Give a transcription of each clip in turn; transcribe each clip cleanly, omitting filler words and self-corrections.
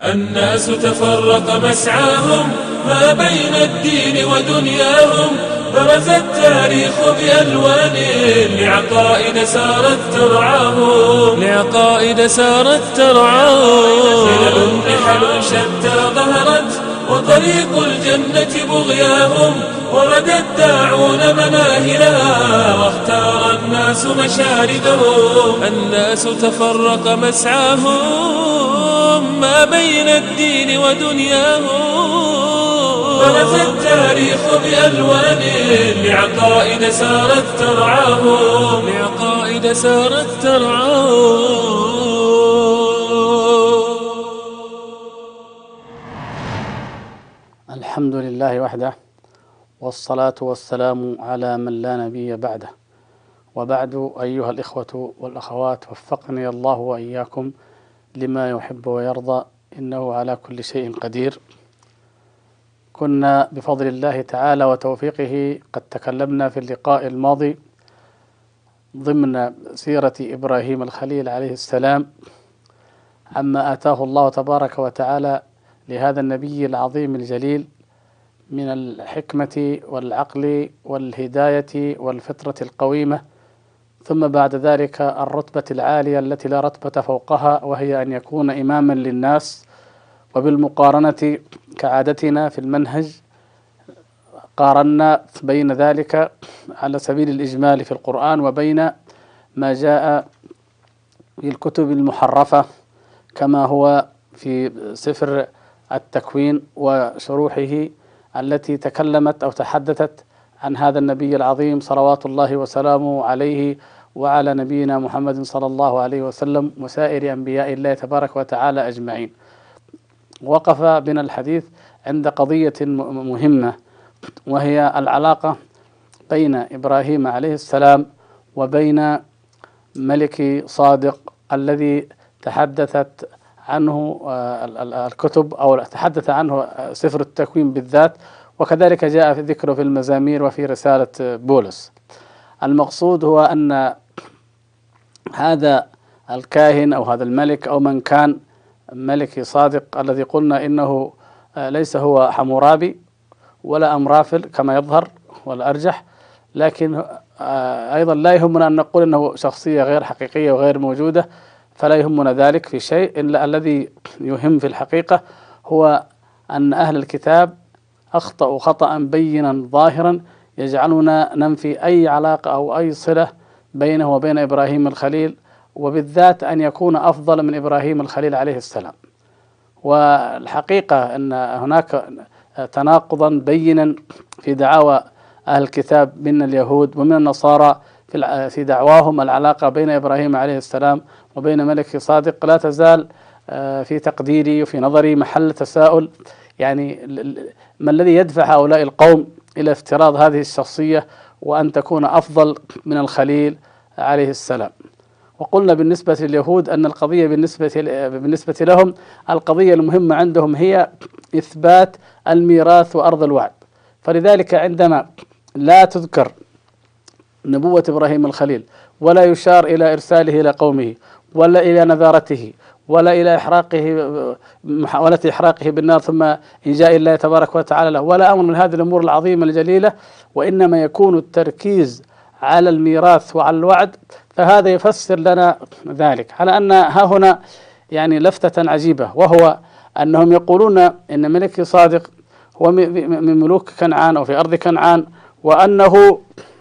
الناس تفرق مسعاهم ما بين الدين ودنياهم، برز التاريخ بألوان لعقائد سارت ترعاهم سلل نحل شتى ظهرت وطريق الجنة بغياهم، ورد الداعون مناهلها واختار الناس مشاردهم. الناس تفرق مسعاهم ما بين الدين ودنياهم، برز التاريخ بألوان لعقائد سارت ترعاهم. الحمد لله وحده، والصلاة والسلام على من لا نبي بعده، وبعد. أيها الإخوة والأخوات، وفقني الله وإياكم لما يحب ويرضى، إنه على كل شيء قدير. كنا بفضل الله تعالى وتوفيقه قد تكلمنا في اللقاء الماضي ضمن سيرة إبراهيم الخليل عليه السلام عما آتاه الله تبارك وتعالى لهذا النبي العظيم الجليل من الحكمة والعقل والهداية والفطرة القويمة، ثم بعد ذلك الرتبة العالية التي لا رتبة فوقها، وهي أن يكون إماما للناس. وبالمقارنة كعادتنا في المنهج قارنا بين ذلك على سبيل الإجمال في القرآن وبين ما جاء في الكتب المحرفة كما هو في سفر التكوين وشروحه التي تكلمت أو تحدثت عن هذا النبي العظيم صلوات الله وسلامه عليه وعلى نبينا محمد صلى الله عليه وسلم وسائر أنبياء الله تبارك وتعالى أجمعين. وقف بنا الحديث عند قضية مهمة، وهي العلاقة بين إبراهيم عليه السلام وبين ملك صادق الذي تحدثت عنه الكتب أو تحدث عنه سفر التكوين بالذات، وكذلك جاء في ذكره في المزامير وفي رسالة بولس. المقصود هو أن هذا الكاهن أو هذا الملك أو من كان ملك صادق الذي قلنا إنه ليس هو حمورابي ولا أمرافل كما يظهر ولا أرجح، لكن أيضا لا يهمنا أن نقول أنه شخصية غير حقيقية وغير موجودة، فلا يهمنا ذلك في شيء، إلا الذي يهم في الحقيقة هو أن أهل الكتاب أخطأوا خطأ بينا ظاهرا يجعلنا ننفي أي علاقة أو أي صلة بينه وبين إبراهيم الخليل، وبالذات أن يكون أفضل من إبراهيم الخليل عليه السلام. والحقيقة أن هناك تناقضا بينا في دعاوى أهل الكتاب من اليهود ومن النصارى في دعواهم العلاقة بين إبراهيم عليه السلام وبين ملك صادق، لا تزال في تقديري وفي نظري محل تساؤل. يعني ما الذي يدفع هؤلاء القوم إلى افتراض هذه الشخصية وأن تكون أفضل من الخليل عليه السلام؟ وقلنا بالنسبة لليهود أن القضية بالنسبة لهم القضية المهمة عندهم هي إثبات الميراث وأرض الوعد، فلذلك عندما لا تذكر نبوة إبراهيم الخليل ولا يشار إلى إرساله إلى قومه ولا إلى نذارته ولا إلى محاولة إحراقه بالنار ثم إنجاء الله تبارك وتعالى له، ولا أمر من هذه الأمور العظيمة الجليلة، وإنما يكون التركيز على الميراث وعلى الوعد، فهذا يفسر لنا ذلك على أن ها هنا يعني لفتة عجيبة، وهو أنهم يقولون إن ملك صادق هو من ملوك كنعان أو في أرض كنعان، وأنه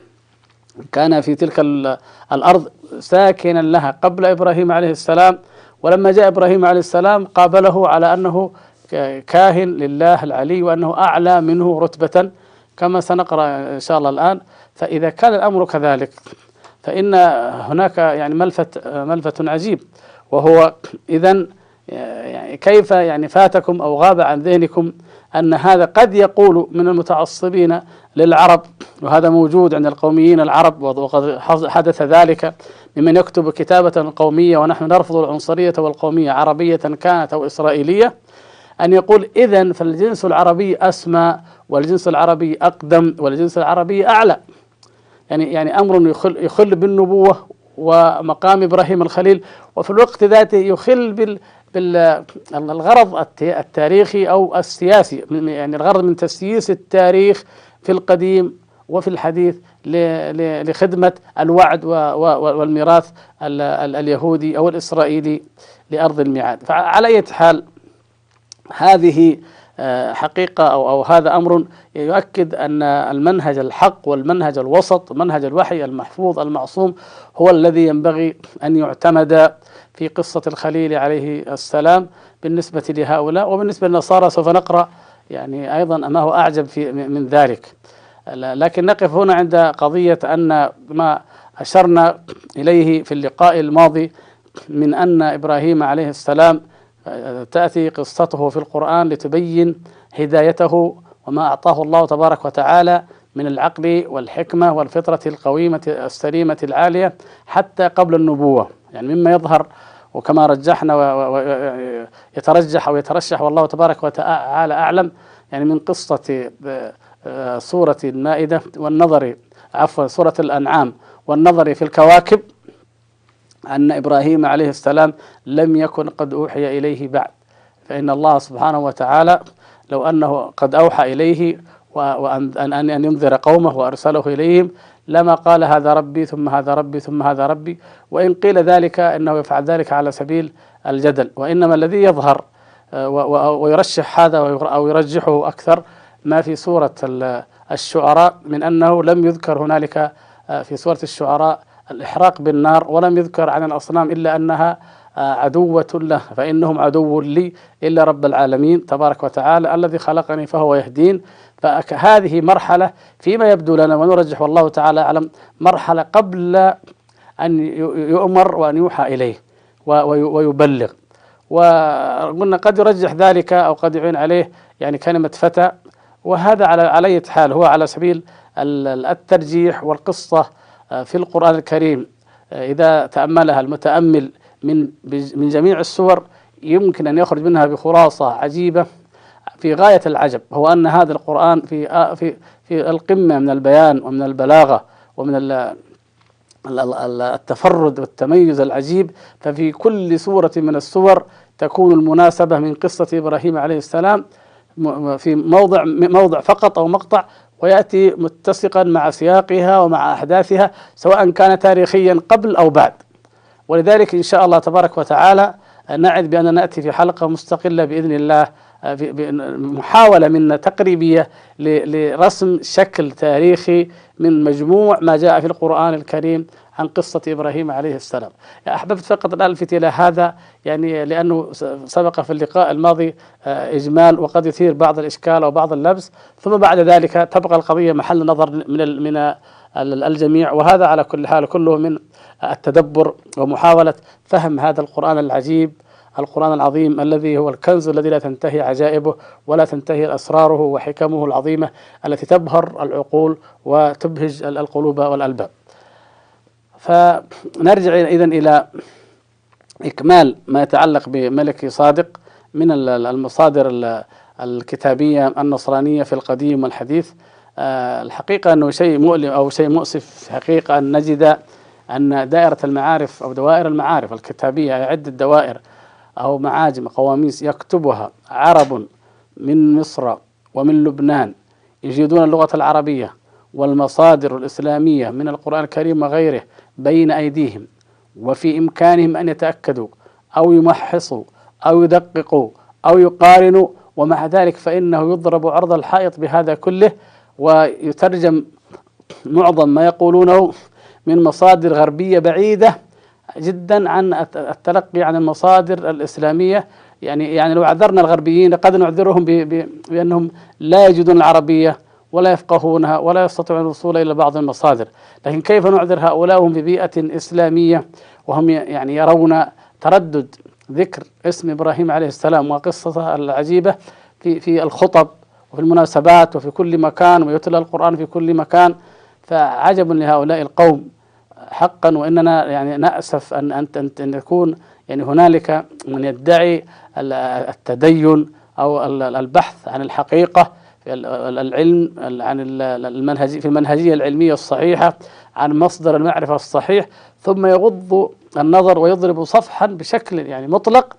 كان في تلك الأرض ساكنا لها قبل إبراهيم عليه السلام، ولما جاء إبراهيم عليه السلام قابله على أنه كاهن لله العلي وأنه أعلى منه رتبة كما سنقرأ إن شاء الله الآن. فإذا كان الأمر كذلك فإن هناك يعني ملفت عجيب، وهو إذن يعني كيف يعني فاتكم أو غاب عن ذهنكم أن هذا قد يقول من المتعصبين للعرب، وهذا موجود عند القوميين العرب، وقد حدث ذلك ممن يكتب كتابة قومية، ونحن نرفض العنصرية والقومية عربية كانت أو إسرائيلية، أن يقول إذن فالجنس العربي أسمى والجنس العربي أقدم والجنس العربي أعلى. يعني أمر يخل بالنبوة ومقام إبراهيم الخليل، وفي الوقت ذاته يخل بالغرض التاريخي أو السياسي، يعني الغرض من تسييس التاريخ في القديم وفي الحديث لخدمة الوعد والميراث اليهودي أو الإسرائيلي لأرض الميعاد. فعلى أي حال هذه حقيقة أو هذا أمر يؤكد أن المنهج الحق والمنهج الوسط، منهج الوحي المحفوظ المعصوم، هو الذي ينبغي أن يعتمد في قصة الخليل عليه السلام بالنسبة لهؤلاء. وبالنسبة للنصارى سوف نقرأ يعني أيضا ما هو أعجب من ذلك. لكن نقف هنا عند قضية أن ما أشرنا إليه في اللقاء الماضي من أن إبراهيم عليه السلام تأتي قصته في القرآن لتبين هدايته وما أعطاه الله تبارك وتعالى من العقل والحكمة والفطرة القويمة السليمة العالية حتى قبل النبوة. يعني مما يظهر وكما رجحنا ويترجح أو يترشح والله تبارك وتعالى أعلم، يعني من قصة سورة المائدة والنظر سورة الأنعام والنظر في الكواكب أن إبراهيم عليه السلام لم يكن قد أوحي إليه بعد، فإن الله سبحانه وتعالى لو أنه قد أوحى إليه وأن ينذر قومه وأرسله إليهم لما قال هذا ربي ثم هذا ربي ثم هذا ربي، وإن قيل ذلك إنه يفعل ذلك على سبيل الجدل. وإنما الذي يظهر ويرشح هذا أو يرجحه أكثر ما في سورة الشعراء من أنه لم يذكر هنالك في سورة الشعراء الإحراق بالنار، ولم يذكر عن الأصنام إلا أنها عدوة له، فإنهم عدو لي إلا رب العالمين تبارك وتعالى الذي خلقني فهو يهدين. فهذه مرحلة فيما يبدو لنا ونرجح والله تعالى أعلم مرحلة قبل أن يؤمر وأن يوحى إليه ويبلغ. وقلنا قد يرجح ذلك أو قد يعين عليه يعني كلمة فتى، وهذا على أي حال هو على سبيل الترجيح. والقصة في القرآن الكريم إذا تأملها المتأمل من جميع السور يمكن أن يخرج منها بخلاصة عجيبة في غاية العجب، هو أن هذا القرآن في القمة من البيان ومن البلاغة ومن التفرد والتميز العجيب. ففي كل سورة من السور تكون المناسبة من قصة إبراهيم عليه السلام في موضع فقط أو مقطع، ويأتي متسقا مع سياقها ومع أحداثها سواء كان تاريخيا قبل أو بعد. ولذلك إن شاء الله تبارك وتعالى نعد بأن نأتي في حلقة مستقلة بإذن الله محاولة منا تقريبية لرسم شكل تاريخي من مجموع ما جاء في القرآن الكريم عن قصة إبراهيم عليه السلام. أحببت فقط أن ألفت إلى هذا يعني لأنه سبق في اللقاء الماضي إجمال وقد يثير بعض الإشكال أو بعض اللبس، ثم بعد ذلك تبقى القضية محل نظر من الجميع. وهذا على كل حال كله من التدبر ومحاولة فهم هذا القرآن العجيب، القرآن العظيم الذي هو الكنز الذي لا تنتهي عجائبه ولا تنتهي أسراره وحكمه العظيمة التي تبهر العقول وتبهج القلوب والألباب. فنرجع إذن إلى إكمال ما يتعلق بملك صادق من المصادر الكتابية النصرانية في القديم والحديث. الحقيقة أنه شيء مؤلم أو شيء مؤسف حقيقة أن نجد أن دائرة المعارف أو دوائر المعارف الكتابية عدة دوائر أو معاجم قواميس يكتبها عرب من مصر ومن لبنان يجيدون اللغة العربية والمصادر الإسلامية من القرآن الكريم وغيره بين أيديهم، وفي إمكانهم أن يتأكدوا أو يمحصوا أو يدققوا أو يقارنوا، ومع ذلك فإنه يضرب عرض الحائط بهذا كله ويترجم معظم ما يقولونه من مصادر غربية بعيدة جدا عن التلقي عن المصادر الإسلامية. يعني لو عذرنا الغربيين قد نعذرهم بأنهم لا يجدون العربية ولا يفقهونها ولا يستطيعون الوصول إلى بعض المصادر، لكن كيف نعذر هؤلاء هم ببيئة إسلامية وهم يعني يرون تردد ذكر اسم إبراهيم عليه السلام وقصته العجيبة في الخطب وفي المناسبات وفي كل مكان، ويتلى القرآن في كل مكان. فعجب لهؤلاء القوم حقا، وإننا يعني نأسف أن يكون يعني هنالك من يدعي التدين أو البحث عن الحقيقة في العلم عن في المنهجية العلمية الصحيحة عن مصدر المعرفة الصحيح، ثم يغض النظر ويضرب صفحا بشكل يعني مطلق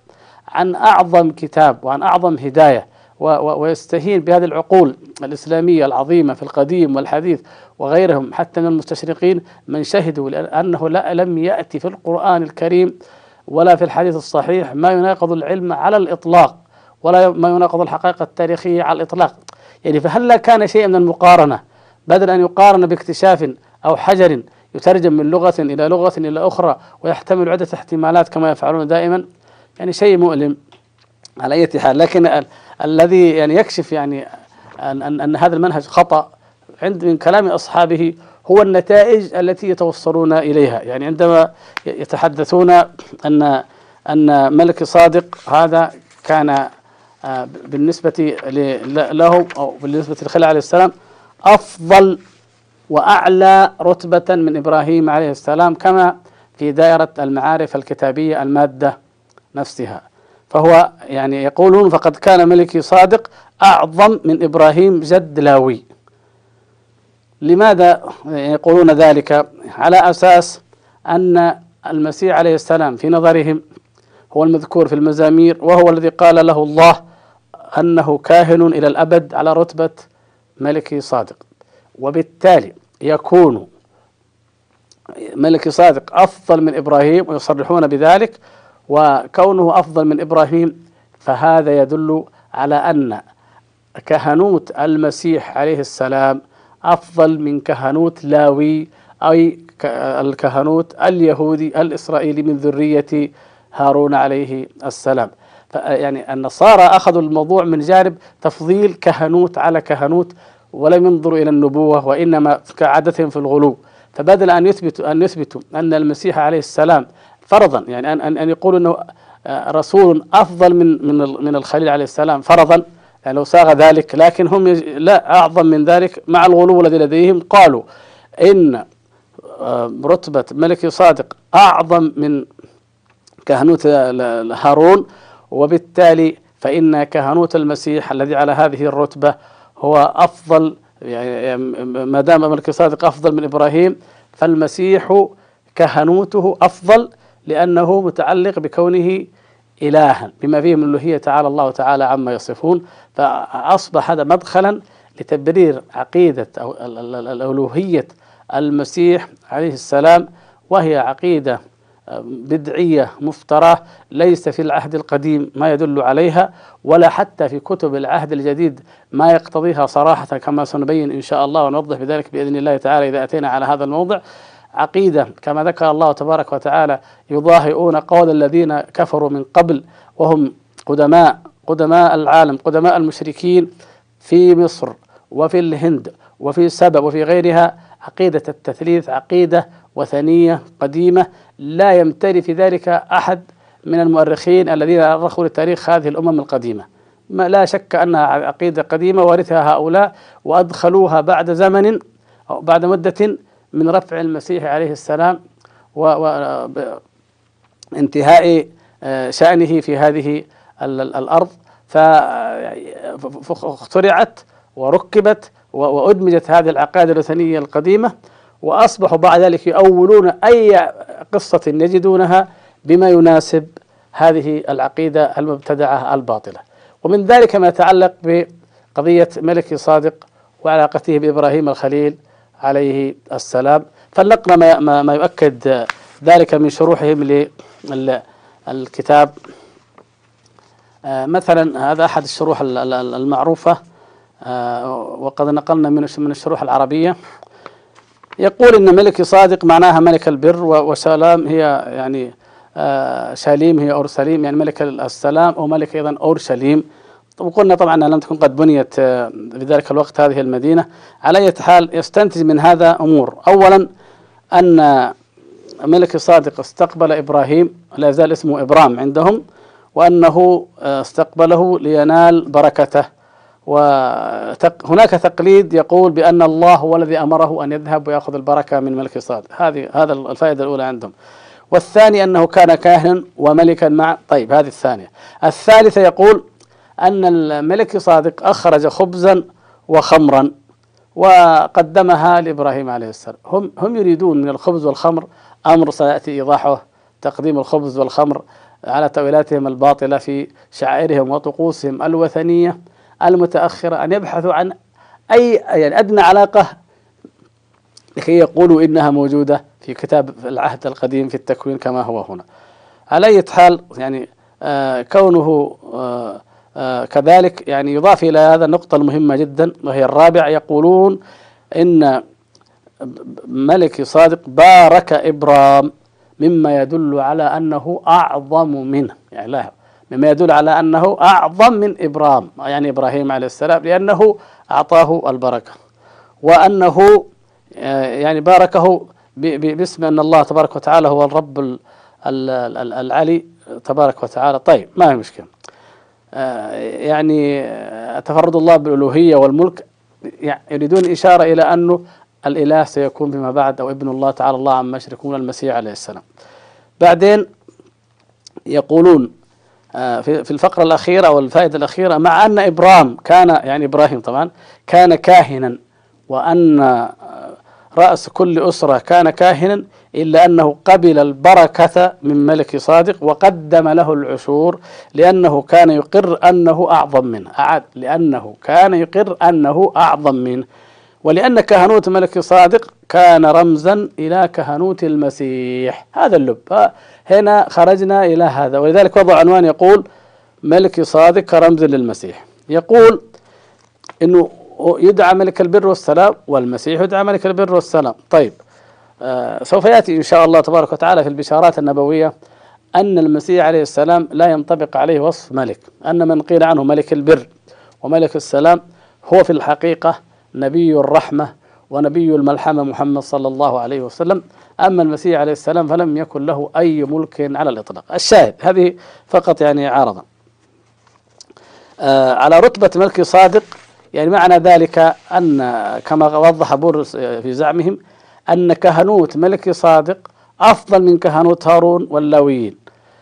عن أعظم كتاب وعن أعظم هداية ويستهين بهذه العقول الإسلامية العظيمة في القديم والحديث وغيرهم حتى من المستشرقين من شهدوا أنه لم يأتي في القرآن الكريم ولا في الحديث الصحيح ما يناقض العلم على الإطلاق ولا ما يناقض الحقائق التاريخية على الإطلاق. يعني فهل كان شيء من المقارنة بدل أن يقارن باكتشاف أو حجر يترجم من لغة إلى لغة إلى أخرى ويحتمل عدة احتمالات كما يفعلون دائما؟ يعني شيء مؤلم على أي حال. لكن الذي يعني يكشف يعني أن هذا المنهج خطأ من كلام أصحابه هو النتائج التي يتوصلون إليها. يعني عندما يتحدثون أن ملك صادق هذا كان بالنسبة له أو بالنسبة للخليل عليه السلام أفضل وأعلى رتبة من إبراهيم عليه السلام كما في دائرة المعارف الكتابية المادة نفسها. فهو يعني يقولون فقد كان ملكي صادق أعظم من إبراهيم جد لاوي. لماذا يقولون ذلك؟ على أساس أن المسيح عليه السلام في نظرهم هو المذكور في المزامير وهو الذي قال له الله أنه كاهن إلى الأبد على رتبة ملكي صادق، وبالتالي يكون ملكي صادق أفضل من إبراهيم ويصرحون بذلك، وكونه أفضل من إبراهيم فهذا يدل على أن كهنوت المسيح عليه السلام أفضل من كهنوت لاوي أي الكهنوت اليهودي الإسرائيلي من ذرية هارون عليه السلام. يعني النصارى أخذوا الموضوع من جانب تفضيل كهنوت على كهنوت ولم ينظروا إلى النبوة وإنما كعادتهم في الغلو. فبدل أن يثبتوا أن المسيح عليه السلام فرضا يعني أن يقولوا أنه رسول أفضل من الخليل عليه السلام فرضا يعني لو ساغ ذلك، لكن هم لا أعظم من ذلك مع الغلو الذي لديهم. قالوا إن رتبة ملك صادق أعظم من كهنوت هارون، وبالتالي فإن كهنوت المسيح الذي على هذه الرتبة هو أفضل. يعني ما دام ملك صادق أفضل من إبراهيم فالمسيح كهنوته أفضل لأنه متعلق بكونه إلها بما فيه من الألوهية تعالى الله تعالى عما يصفون. فأصبح هذا مدخلا لتبرير عقيدة أو الألوهية المسيح عليه السلام، وهي عقيدة بدعية مفتراه ليس في العهد القديم ما يدل عليها ولا حتى في كتب العهد الجديد ما يقتضيها صراحة كما سنبين إن شاء الله ونوضح بذلك بإذن الله تعالى إذا أتينا على هذا الموضع. عقيدة كما ذكر الله تبارك وتعالى يضاهئون قول الذين كفروا من قبل وهم قدماء العالم قدماء المشركين في مصر وفي الهند وفي سبأ وفي غيرها. عقيدة التثليث عقيدة وثنية قديمة لا يمتري في ذلك أحد من المؤرخين الذين أرخوا لتاريخ هذه الأمم القديمة. لا شك أنها عقيدة قديمة ورثها هؤلاء وأدخلوها بعد زمن أو بعد مدة من رفع المسيح عليه السلام وانتهاء شأنه في هذه الأرض، فاخترعت وركبت وأدمجت هذه العقائد الوثنية القديمة، وأصبحوا بعد ذلك يؤولون أي قصة يجدونها بما يناسب هذه العقيدة المبتدعة الباطلة. ومن ذلك ما يتعلق بقضية ملك صادق وعلاقته بإبراهيم الخليل عليه السلام. فلنقرأ ما يؤكد ذلك من شروحهم للكتاب. مثلا هذا أحد الشروح المعروفة وقد نقلنا من الشروح العربية. يقول إن ملك صادق معناها ملك البر، وسلام هي يعني شاليم هي أورشليم يعني ملك السلام، أو ملك أيضا أورشليم. وقلنا طبعا أنها لم تكن قد بنيت في ذلك الوقت هذه المدينة. على أي حال يستنتج من هذا أمور. أولا أن ملك صادق استقبل إبراهيم، لا يزال اسمه إبرام عندهم، وأنه استقبله لينال بركته. وهناك تقليد يقول بأن الله هو الذي أمره أن يذهب ويأخذ البركة من ملك صادق. هذا الفائدة الأولى عندهم. والثاني أنه كان كاهنا وملكا مع. طيب هذه الثانية. الثالثة يقول أن الملك صادق أخرج خبزا وخمرا وقدمها لإبراهيم عليه السلام. هم يريدون من الخبز والخمر أمر سيأتي إيضاحه. تقديم الخبز والخمر على تأويلاتهم الباطلة في شعائرهم وطقوسهم الوثنية المتأخرة أن يبحثوا عن أي يعني أدنى علاقة لكي يقولوا إنها موجودة في كتاب العهد القديم في التكوين كما هو هنا. على أي حال يعني كونه كذلك يعني يضاف إلى هذا النقطة المهمة جدا وهي الرابعة. يقولون إن ملك صادق بارك إبرام مما يدل على أنه أعظم منه، يعني لا مما يدل على أنه أعظم من إبرام يعني إبراهيم عليه السلام، لأنه أعطاه البركة، وأنه يعني باركه باسم أن الله تبارك وتعالى هو الرب العلي تبارك وتعالى. طيب ما هي مشكلة، يعني تفرد الله بالألوهية والملك، يعني يريدون إشارة إلى أنه الإله سيكون فيما بعد أو ابن الله تعالى الله عما يشركون المسيح عليه السلام. بعدين يقولون في الفقرة الأخيرة أو الفائدة الأخيرة، مع أن إبراهيم كان يعني إبراهيم طبعا كان كاهنا، وأن رأس كل أسرة كان كاهنا، إلا أنه قبل البركة من ملك صادق وقدم له العشور لأنه كان يقر أنه أعظم منه. لأنه كان يقر أنه أعظم منه، ولأن كهنوت ملك صادق كان رمزا إلى كهنوت المسيح. هذا اللب، هنا خرجنا إلى هذا، ولذلك وضع عنوان يقول ملك صادق كرمز للمسيح. يقول إنه يدعى ملك البر والسلام، والمسيح يدعى ملك البر والسلام. طيب سوف يأتي إن شاء الله تبارك وتعالى في البشارات النبوية أن المسيح عليه السلام لا ينطبق عليه وصف ملك، أن من قيل عنه ملك البر وملك السلام هو في الحقيقة نبي الرحمة ونبي الملحمة محمد صلى الله عليه وسلم. أما المسيح عليه السلام فلم يكن له أي ملك على الإطلاق. الشاهد هذه فقط يعني عارضا على رتبة ملك صادق، يعني معنى ذلك أن كما وضح بورس في زعمهم أن كهنوت ملك صادق أفضل من كهنوت هارون واللاويين،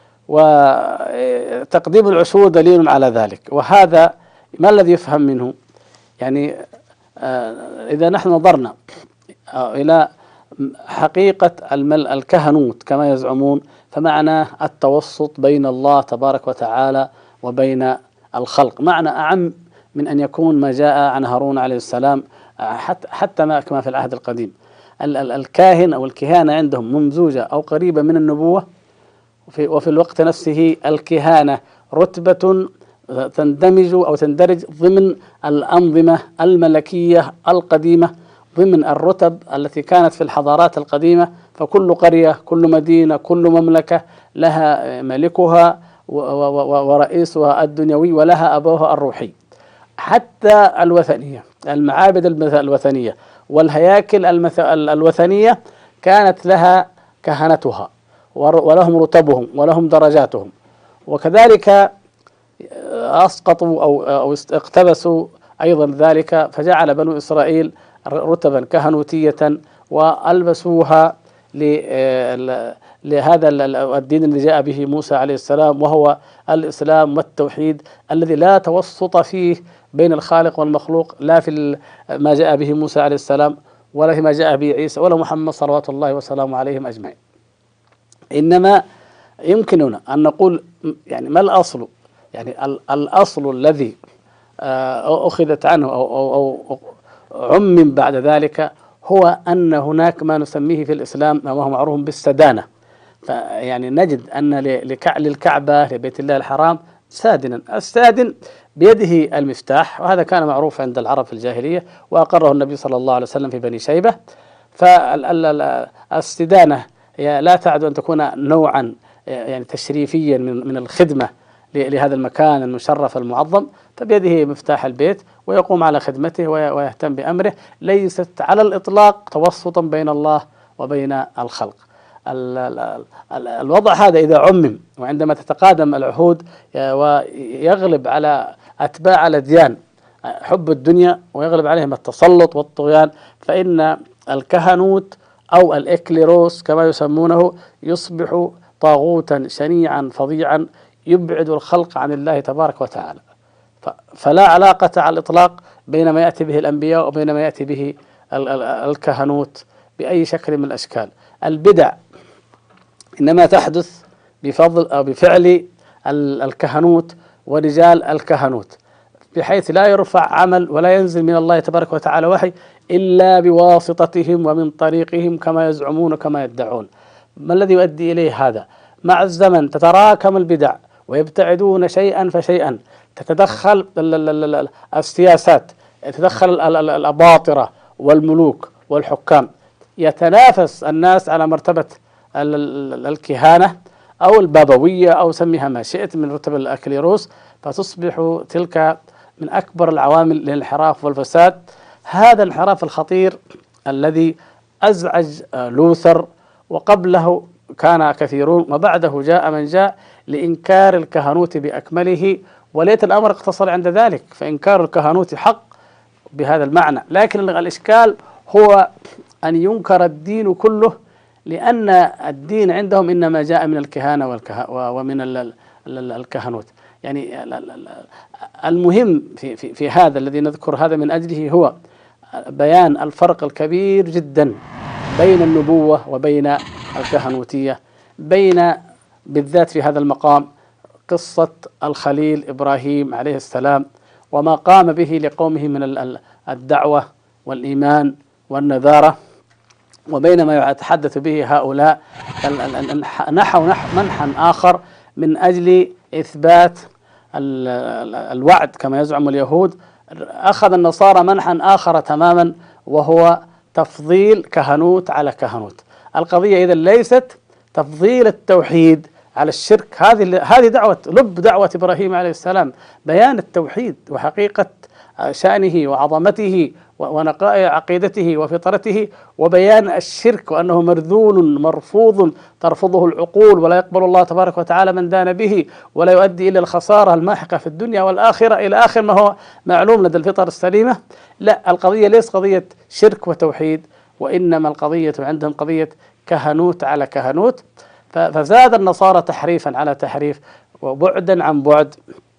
وتقديم العشور دليل على ذلك. وهذا ما الذي يفهم منه؟ يعني إذا نحن نظرنا إلى حقيقة الكهنوت كما يزعمون، فمعنى التوسط بين الله تبارك وتعالى وبين الخلق، معنى أعم من أن يكون ما جاء عن هارون عليه السلام، حتى ما كما في العهد القديم. الكاهن أو الكهانة عندهم ممزوجة أو قريبة من النبوة، وفي الوقت نفسه الكهانة رتبة تندمج أو تندرج ضمن الأنظمة الملكية القديمة، ضمن الرتب التي كانت في الحضارات القديمة. فكل قرية، كل مدينة، كل مملكة لها ملكها ورئيسها الدنيوي ولها أبوها الروحي. حتى الوثنية، المعابد الوثنية والهياكل الوثنية كانت لها كهنتها ولهم رتبهم ولهم درجاتهم. وكذلك أسقطوا أو اقتبسوا أيضا ذلك، فجعل بنو إسرائيل رتبا كهنوتية وألبسوها لهذا الدين الذي جاء به موسى عليه السلام، وهو الإسلام والتوحيد الذي لا توسط فيه بين الخالق والمخلوق، لا في ما جاء به موسى عليه السلام ولا فيما جاء به عيسى ولا محمد صلوات الله وسلامه عليهم أجمعين. إنما يمكننا أن نقول يعني ما الأصل، يعني الأصل الذي أخذت عنه أو عمم بعد ذلك هو أن هناك ما نسميه في الإسلام ما هو معروف بالسدانة. فيعني نجد أن للكعبة لبيت الله الحرام سادنا، السادن بيده المفتاح، وهذا كان معروف عند العرب في الجاهلية وأقره النبي صلى الله عليه وسلم في بني شيبة. فالسدانة لا تعد أن تكون نوعا يعني تشريفيا من الخدمة لهذا المكان المشرف المعظم، فبيده مفتاح البيت ويقوم على خدمته ويهتم بأمره، ليست على الإطلاق توسطا بين الله وبين الخلق. الوضع هذا إذا عمم، وعندما تتقادم العهود ويغلب على أتباع الأديان حب الدنيا ويغلب عليهم التسلط والطغيان، فإن الكهنوت أو الإكليروس كما يسمونه يصبح طاغوتا شنيعا فظيعا يبعد الخلق عن الله تبارك وتعالى. فلا علاقة على الإطلاق بين ما يأتي به الأنبياء وبين ما يأتي به الكهنوت بأي شكل من الأشكال. البدع إنما تحدث بفضل أو بفعل الكهنوت ورجال الكهنوت، بحيث لا يرفع عمل ولا ينزل من الله تبارك وتعالى وحي إلا بواسطتهم ومن طريقهم كما يزعمون كما يدعون. ما الذي يؤدي إليه هذا؟ مع الزمن تتراكم البدع ويبتعدون شيئا فشيئا، تتدخل السياسات، يتدخل الأباطرة والملوك والحكام، يتنافس الناس على مرتبة الكهانة أو البابوية أو سميها ما شئت من رتب الأكليروس، فتصبح تلك من أكبر العوامل للانحراف والفساد. هذا الانحراف الخطير الذي أزعج لوثر، وقبله كان كثيرون وبعده جاء من جاء لإنكار الكهنوت بأكمله، وليت الأمر اقتصر عند ذلك، فإنكار الكهنوت حق بهذا المعنى، لكن الإشكال هو أن ينكر الدين كله، لأن الدين عندهم إنما جاء من الكهانة ومن الكهنوت. يعني المهم في هذا الذي نذكر هذا من أجله هو بيان الفرق الكبير جدا بين النبوة وبين الكهنوتية، بين بالذات في هذا المقام قصة الخليل إبراهيم عليه السلام وما قام به لقومه من الدعوة والإيمان والنذارة، وبين ما يتحدث به هؤلاء نحو منحا آخر من أجل إثبات الوعد كما يزعم اليهود. أخذ النصارى منحا آخر تماما، وهو تفضيل كهنوت على كهنوت. القضية إذن ليست تفضيل التوحيد على الشرك، هذه دعوة لب دعوة إبراهيم عليه السلام، بيان التوحيد وحقيقة شأنه وعظمته ونقاء عقيدته وفطرته، وبيان الشرك وأنه مرذول مرفوض ترفضه العقول، ولا يقبل الله تبارك وتعالى من دان به، ولا يؤدي إلى الخسارة الماحقة في الدنيا والآخرة إلى آخر ما هو معلوم لدى الفطر السليمة. لا، القضية ليست قضية شرك وتوحيد، وإنما القضية عندهم قضية كهنوت على كهنوت، فزاد النصارى تحريفا على تحريف وبعدا عن بعد،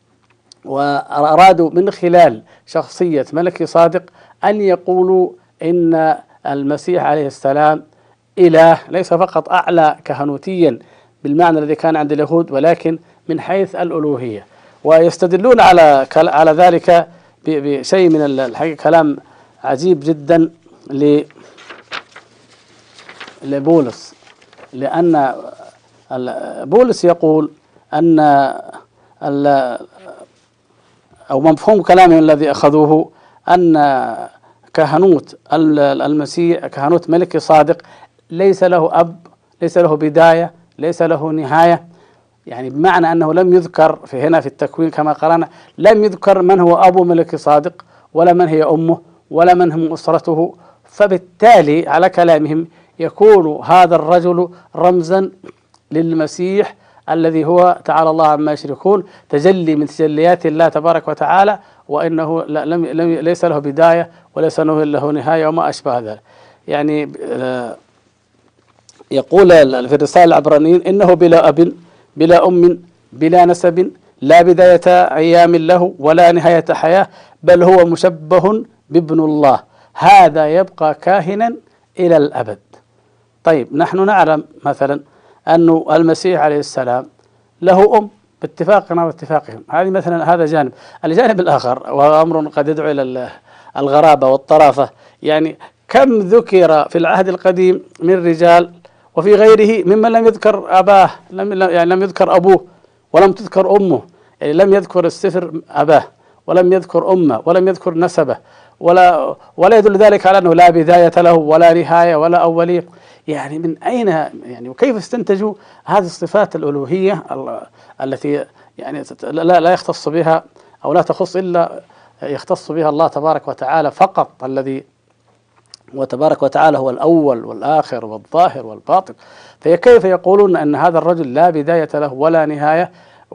وأرادوا من خلال شخصية ملكي صادق أن يقولوا إن المسيح عليه السلام إله، ليس فقط أعلى كهنوتيا بالمعنى الذي كان عند اليهود، ولكن من حيث الألوهية، ويستدلون على ذلك بشيء من الحقيقة كلام عجيب جدا لبولس، لأن بولس يقول أن أو مفهوم كلامهم الذي أخذوه أن كهنوت المسيح كهنوت ملكي صادق ليس له أب، ليس له بداية، ليس له نهاية، يعني بمعنى أنه لم يذكر هنا في التكوين كما قرأنا، لم يذكر من هو أبو ملكي صادق ولا من هي أمه ولا من هم أسرته، فبالتالي على كلامهم يكون هذا الرجل رمزا للمسيح الذي هو تعالى الله عما يشركون، تجلي من تجليات الله تبارك وتعالى، وإنه ليس له بداية وليس له نهاية وما أشبه ذلك. يعني يقول في الرسالة العبرانيين إنه بلا أب بلا أم بلا نسب، لا بداية أيام له ولا نهاية حياة، بل هو مشبه بابن الله، هذا يبقى كاهنا إلى الأبد. طيب نحن نعلم مثلا أن المسيح عليه السلام له أم باتفاقنا واتفاقهم، هذه مثلا هذا جانب. الجانب الآخر وأمر قد يدعو إلى الغرابة والطرافة، يعني كم ذكر في العهد القديم من رجال وفي غيره ممن لم يذكر أباه، لم يذكر أبوه ولم تذكر أمه، يعني لم يذكر السفر أباه ولم يذكر أمه ولم يذكر نسبه، ولا يدل ذلك على أنه لا بداية له ولا نهاية ولا أولية. يعني من أين يعني وكيف استنتجوا هذه الصفات الألوهية التي يعني لا يختص بها أو لا تخص إلا يختص بها الله تبارك وتعالى فقط، الذي وتبارك وتعالى هو الأول والآخر والظاهر والباطن، فكيف يقولون أن هذا الرجل لا بداية له ولا نهاية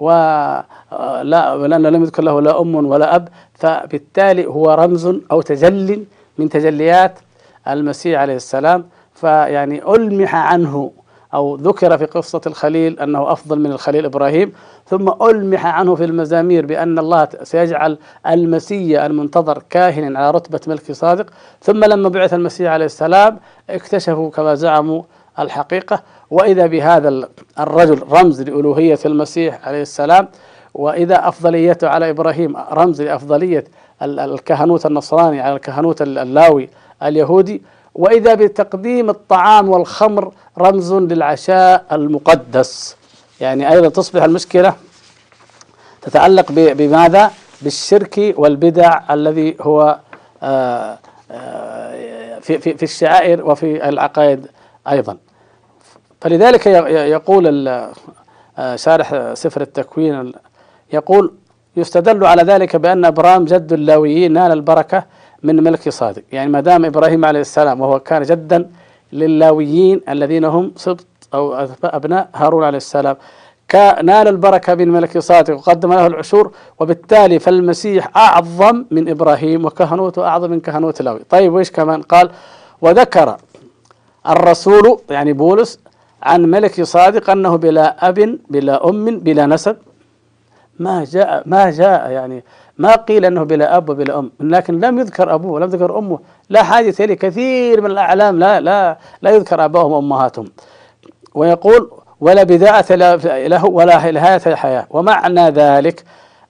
ولأنه لم يذكر له لا أم ولا أب، فبالتالي هو رمز أو تجل من تجليات المسيح عليه السلام. فيعني ألمح عنه أو ذكر في قصة الخليل أنه أفضل من الخليل إبراهيم، ثم ألمح عنه في المزامير بأن الله سيجعل المسيح المنتظر كاهنا على رتبة ملك صادق، ثم لما بعث المسيح عليه السلام اكتشفوا كما زعموا الحقيقة. وإذا بهذا الرجل رمز لألوهية المسيح عليه السلام، وإذا أفضليته على إبراهيم رمز لأفضلية الكهنوت النصراني على الكهنوت اللاوي اليهودي، وإذا بتقديم الطعام والخمر رمز للعشاء المقدس. يعني أيضا تصبح المشكلة تتعلق بماذا؟ بالشرك والبدع الذي هو في الشعائر وفي العقائد أيضا. فلذلك يقول شارح سفر التكوين، يقول يستدل على ذلك بأن أبرام جد اللاويين نال البركة من ملك صادق. يعني ما دام إبراهيم عليه السلام وهو كان جدا للاويين الذين هم سبط أو أبناء هارون عليه السلام، نال البركة من ملك صادق وقدم له العشور، وبالتالي فالمسيح أعظم من إبراهيم وكهنوته أعظم من كهنوت لاوي. طيب وإيش كمان قال؟ وذكر الرسول يعني بولس عن ملك صادق أنه بلا أب بلا أم بلا نسب. ما جاء يعني ما قيل أنه بلا أب وبلا أم، لكن لم يذكر أبوه ولم يذكر أمه. لا حاجة إليه، كثير من الأعلام لا يذكر أباهم وأمهاتهم. ويقول ولا بداءة له ولا نهاية الحياة. ومعنى ذلك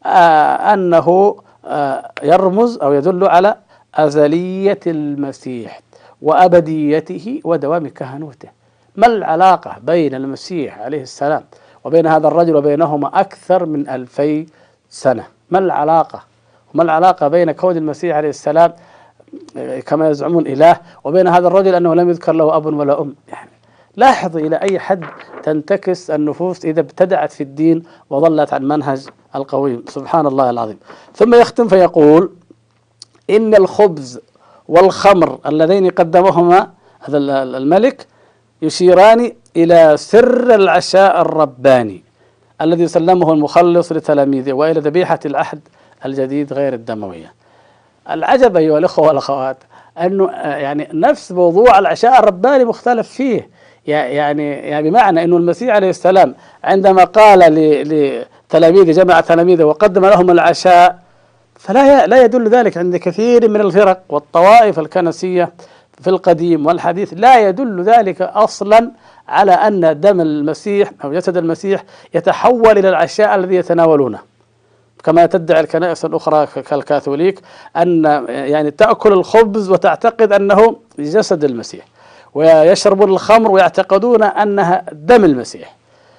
أنه يرمز أو يدل على أزلية المسيح وأبديته ودوام كهنوته. ما العلاقة بين المسيح عليه السلام وبين هذا الرجل وبينهما أكثر من 2000 سنة؟ ما العلاقة؟ وما العلاقة بين كون المسيح عليه السلام كما يزعمون إله وبين هذا الرجل أنه لم يذكر له أب ولا أم؟ يعني لاحظ إلى أي حد تنتكس النفوس إذا ابتدعت في الدين وظلت عن منهج القويم. سبحان الله العظيم. ثم يختم فيقول إن الخبز والخمر اللذين قدمهما هذا الملك يشيران إلى سر العشاء الرباني الذي سلمه المخلص لتلاميذه، وإلى ذبيحة العهد الجديد غير الدموية. العجب أيها الأخوة والأخوات أنه يعني نفس موضوع العشاء الرباني مختلف فيه. يعني بمعنى أنه المسيح عليه السلام عندما قال لتلاميذه جمع تلاميذه وقدم لهم العشاء، فلا يدل ذلك عند كثير من الفرق والطوائف الكنسية في القديم والحديث، لا يدل ذلك أصلا على أن دم المسيح أو جسد المسيح يتحول إلى العشاء الذي يتناولونه، كما تدعي الكنائس الأخرى كالكاثوليك أن يعني تأكل الخبز وتعتقد أنه جسد المسيح، ويشربون الخمر ويعتقدون أنها دم المسيح.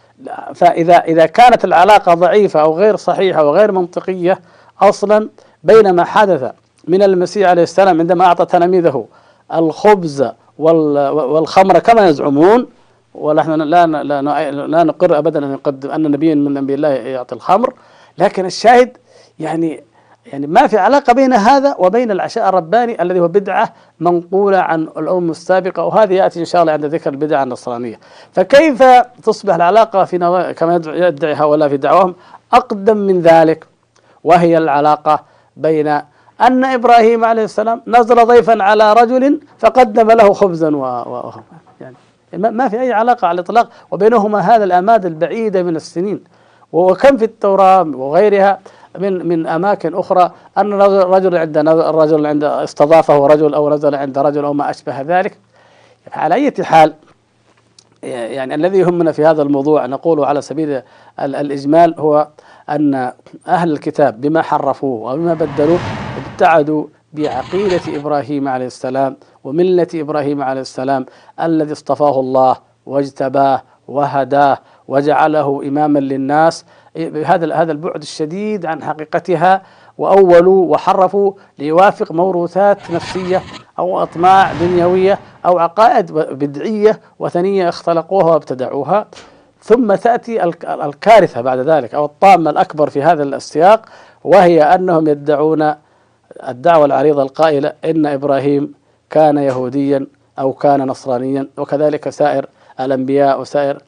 فإذا كانت العلاقة ضعيفة أو غير صحيحة وغير منطقية أصلا بين ما حدث من المسيح عليه السلام عندما أعطى تلاميذه الخبز والخمر كما يزعمون، ونحن لا نقر أبدا أن يقدم أن نبي من أنبياء الله يعطي الخمر، لكن الشاهد يعني ما في علاقة بين هذا وبين العشاء الرباني الذي هو بدعة منقولة عن الأمم السابقة، وهذه يأتي إن شاء الله عند ذكر البدع النصرانية. فكيف تصبح العلاقة كما يدعي هؤلاء في دعواهم أقدم من ذلك، وهي العلاقة بين أن إبراهيم عليه السلام نزل ضيفا على رجل فقدم له خبزا يعني ما في أي علاقة على الإطلاق، وبينهما هذا الأماد البعيدة من السنين. وكم في التوراة وغيرها من أماكن أخرى أن الرجل عند استضافه رجل أو نزل عند رجل أو ما أشبه ذلك. على أي حال يعني الذي يهمنا في هذا الموضوع نقول على سبيل الإجمال هو أن أهل الكتاب بما حرفوه وبما بدلوه ابتعدوا بعقيدة إبراهيم عليه السلام وملة إبراهيم عليه السلام الذي اصطفاه الله واجتباه وهداه وجعله إماما للناس. هذا البعد الشديد عن حقيقتها، وأولوا وحرفوا ليوافق موروثات نفسية أو أطماع دنيوية أو عقائد بدعية وثنية اختلقوها وابتدعوها. ثم تأتي الكارثة بعد ذلك أو الطامة الأكبر في هذا السياق، وهي أنهم يدعون الدعوة العريضة القائلة إن إبراهيم كان يهوديا أو كان نصرانيا، وكذلك سائر الأنبياء وسائر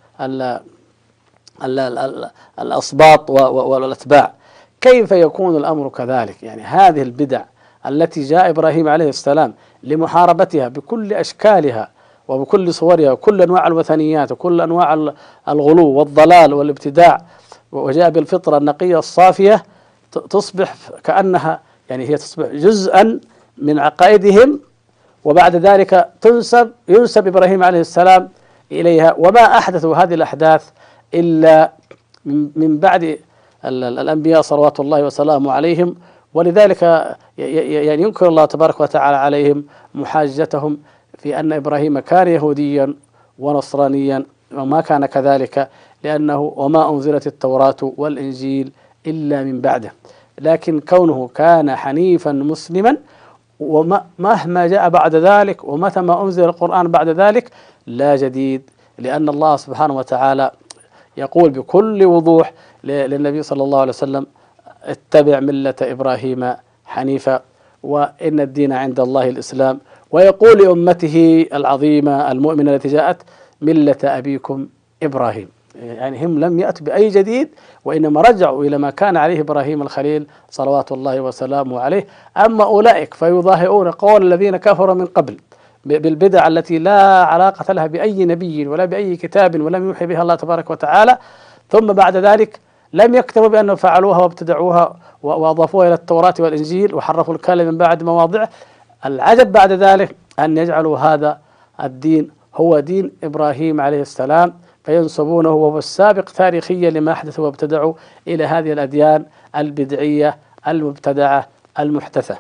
الأسباط والأتباع. كيف يكون الأمر كذلك؟ يعني هذه البدع التي جاء إبراهيم عليه السلام لمحاربتها بكل أشكالها وبكل صورها وكل أنواع الوثنيات وكل أنواع الغلو والضلال والابتداع، وجاء بالفطرة النقية الصافية، تصبح كأنها يعني هي تصبح جزءا من عقائدهم، وبعد ذلك ينسب إبراهيم عليه السلام إليها. وما أحدثوا هذه الأحداث إلا من بعد الأنبياء صلوات الله وسلامه عليهم، ولذلك يعني ينكر الله تبارك وتعالى عليهم محاجتهم في أن إبراهيم كان يهوديا ونصرانيا، وما كان كذلك، لأنه وما أنزلت التوراة والإنجيل إلا من بعده. لكن كونه كان حنيفا مسلما، ومهما جاء بعد ذلك ومتى ما أنزل القرآن بعد ذلك لا جديد، لأن الله سبحانه وتعالى يقول بكل وضوح للنبي صلى الله عليه وسلم: اتبع ملة إبراهيم حنيفا وإن الدين عند الله الإسلام. ويقول لأمته العظيمة المؤمنة التي جاءت: ملة أبيكم إبراهيم. يعني هم لم يأتوا بأي جديد، وإنما رجعوا إلى ما كان عليه إبراهيم الخليل صلوات الله وسلامه عليه. أما أولئك فيضاهئون قول الذين كفروا من قبل بالبدع التي لا علاقة لها بأي نبي ولا بأي كتاب ولم يوحي بها الله تبارك وتعالى، ثم بعد ذلك لم يكتبوا بأنهم فعلوها وابتدعوها وأضافوها إلى التوراة والإنجيل وحرفوا الكلم من بعد مواضعه. العجب بعد ذلك أن يجعلوا هذا الدين هو دين إبراهيم عليه السلام، فينسبونه وهو السابق تاريخيا لما أحدثوا وابتدعوا إلى هذه الأديان البدعية المبتدعة المحدثة.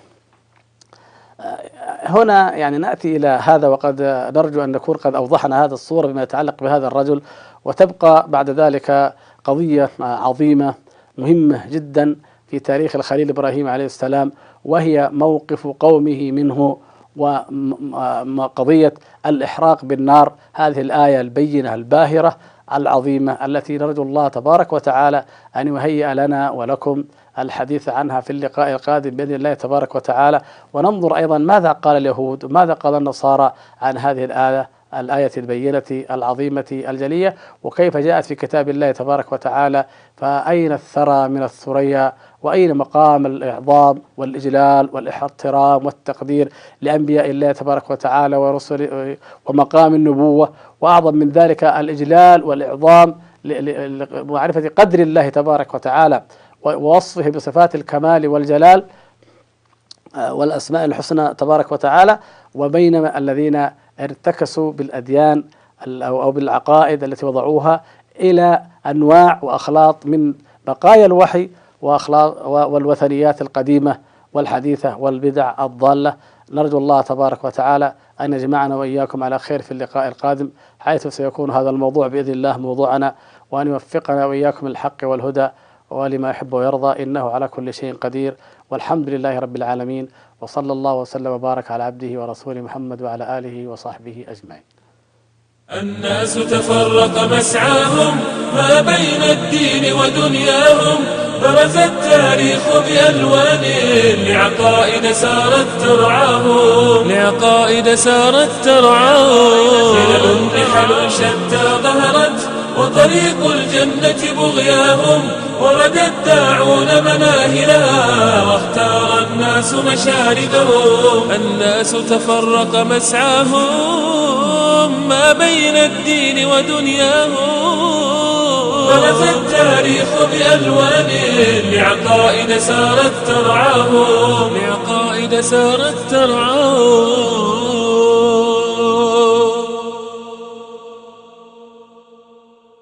هنا يعني نأتي إلى هذا، وقد نرجو أن نكون قد أوضحنا هذا الصورة بما يتعلق بهذا الرجل. وتبقى بعد ذلك قضية عظيمة مهمة جدا في تاريخ الخليل إبراهيم عليه السلام، وهي موقف قومه منه وقضية الإحراق بالنار. هذه الآية البينة الباهرة العظيمة التي نرجو الله تبارك وتعالى أن يهيئ لنا ولكم الحديث عنها في اللقاء القادم بإذن الله تبارك وتعالى، وننظر أيضا ماذا قال اليهود وماذا قال النصارى عن هذه الآية البينة العظيمة الجلية، وكيف جاءت في كتاب الله تبارك وتعالى. فأين الثرى من الثريا، وأين مقام الإعظام والإجلال والاحترام والتقدير لأنبياء الله تبارك وتعالى ورسله، ومقام النبوة، وأعظم من ذلك الإجلال والإعظام لمعرفة قدر الله تبارك وتعالى ووصفه بصفات الكمال والجلال والأسماء الحسنى تبارك وتعالى، وبينما الذين ارتكسوا بالأديان أو بالعقائد التي وضعوها إلى أنواع وأخلاط من بقايا الوحي وأخلاط والوثنيات القديمة والحديثة والبدع الضالة. نرجو الله تبارك وتعالى أن يجمعنا وإياكم على خير في اللقاء القادم، حيث سيكون هذا الموضوع بإذن الله موضوعنا، وأن يوفقنا وإياكم للحق والهدى ولما يحب ويرضى، إنه على كل شيء قدير، والحمد لله رب العالمين، وصلى الله وسلم وبارك على عبده ورسوله محمد وعلى آله وصحبه أجمعين. الناس تفرق مسعاهم ما بين الدين ودنياهم، برز التاريخ بألوان لعقائد سارت ترعاهم، سلل نحل شتى ظهرت وطريق الجنة بغياهم، ورد الداعون مناهلها واختار الناس مشاردهم. الناس تفرق مسعاهم ما بين الدين ودنياهم، برز التاريخ بألوان لعقائد سارت ترعاهم.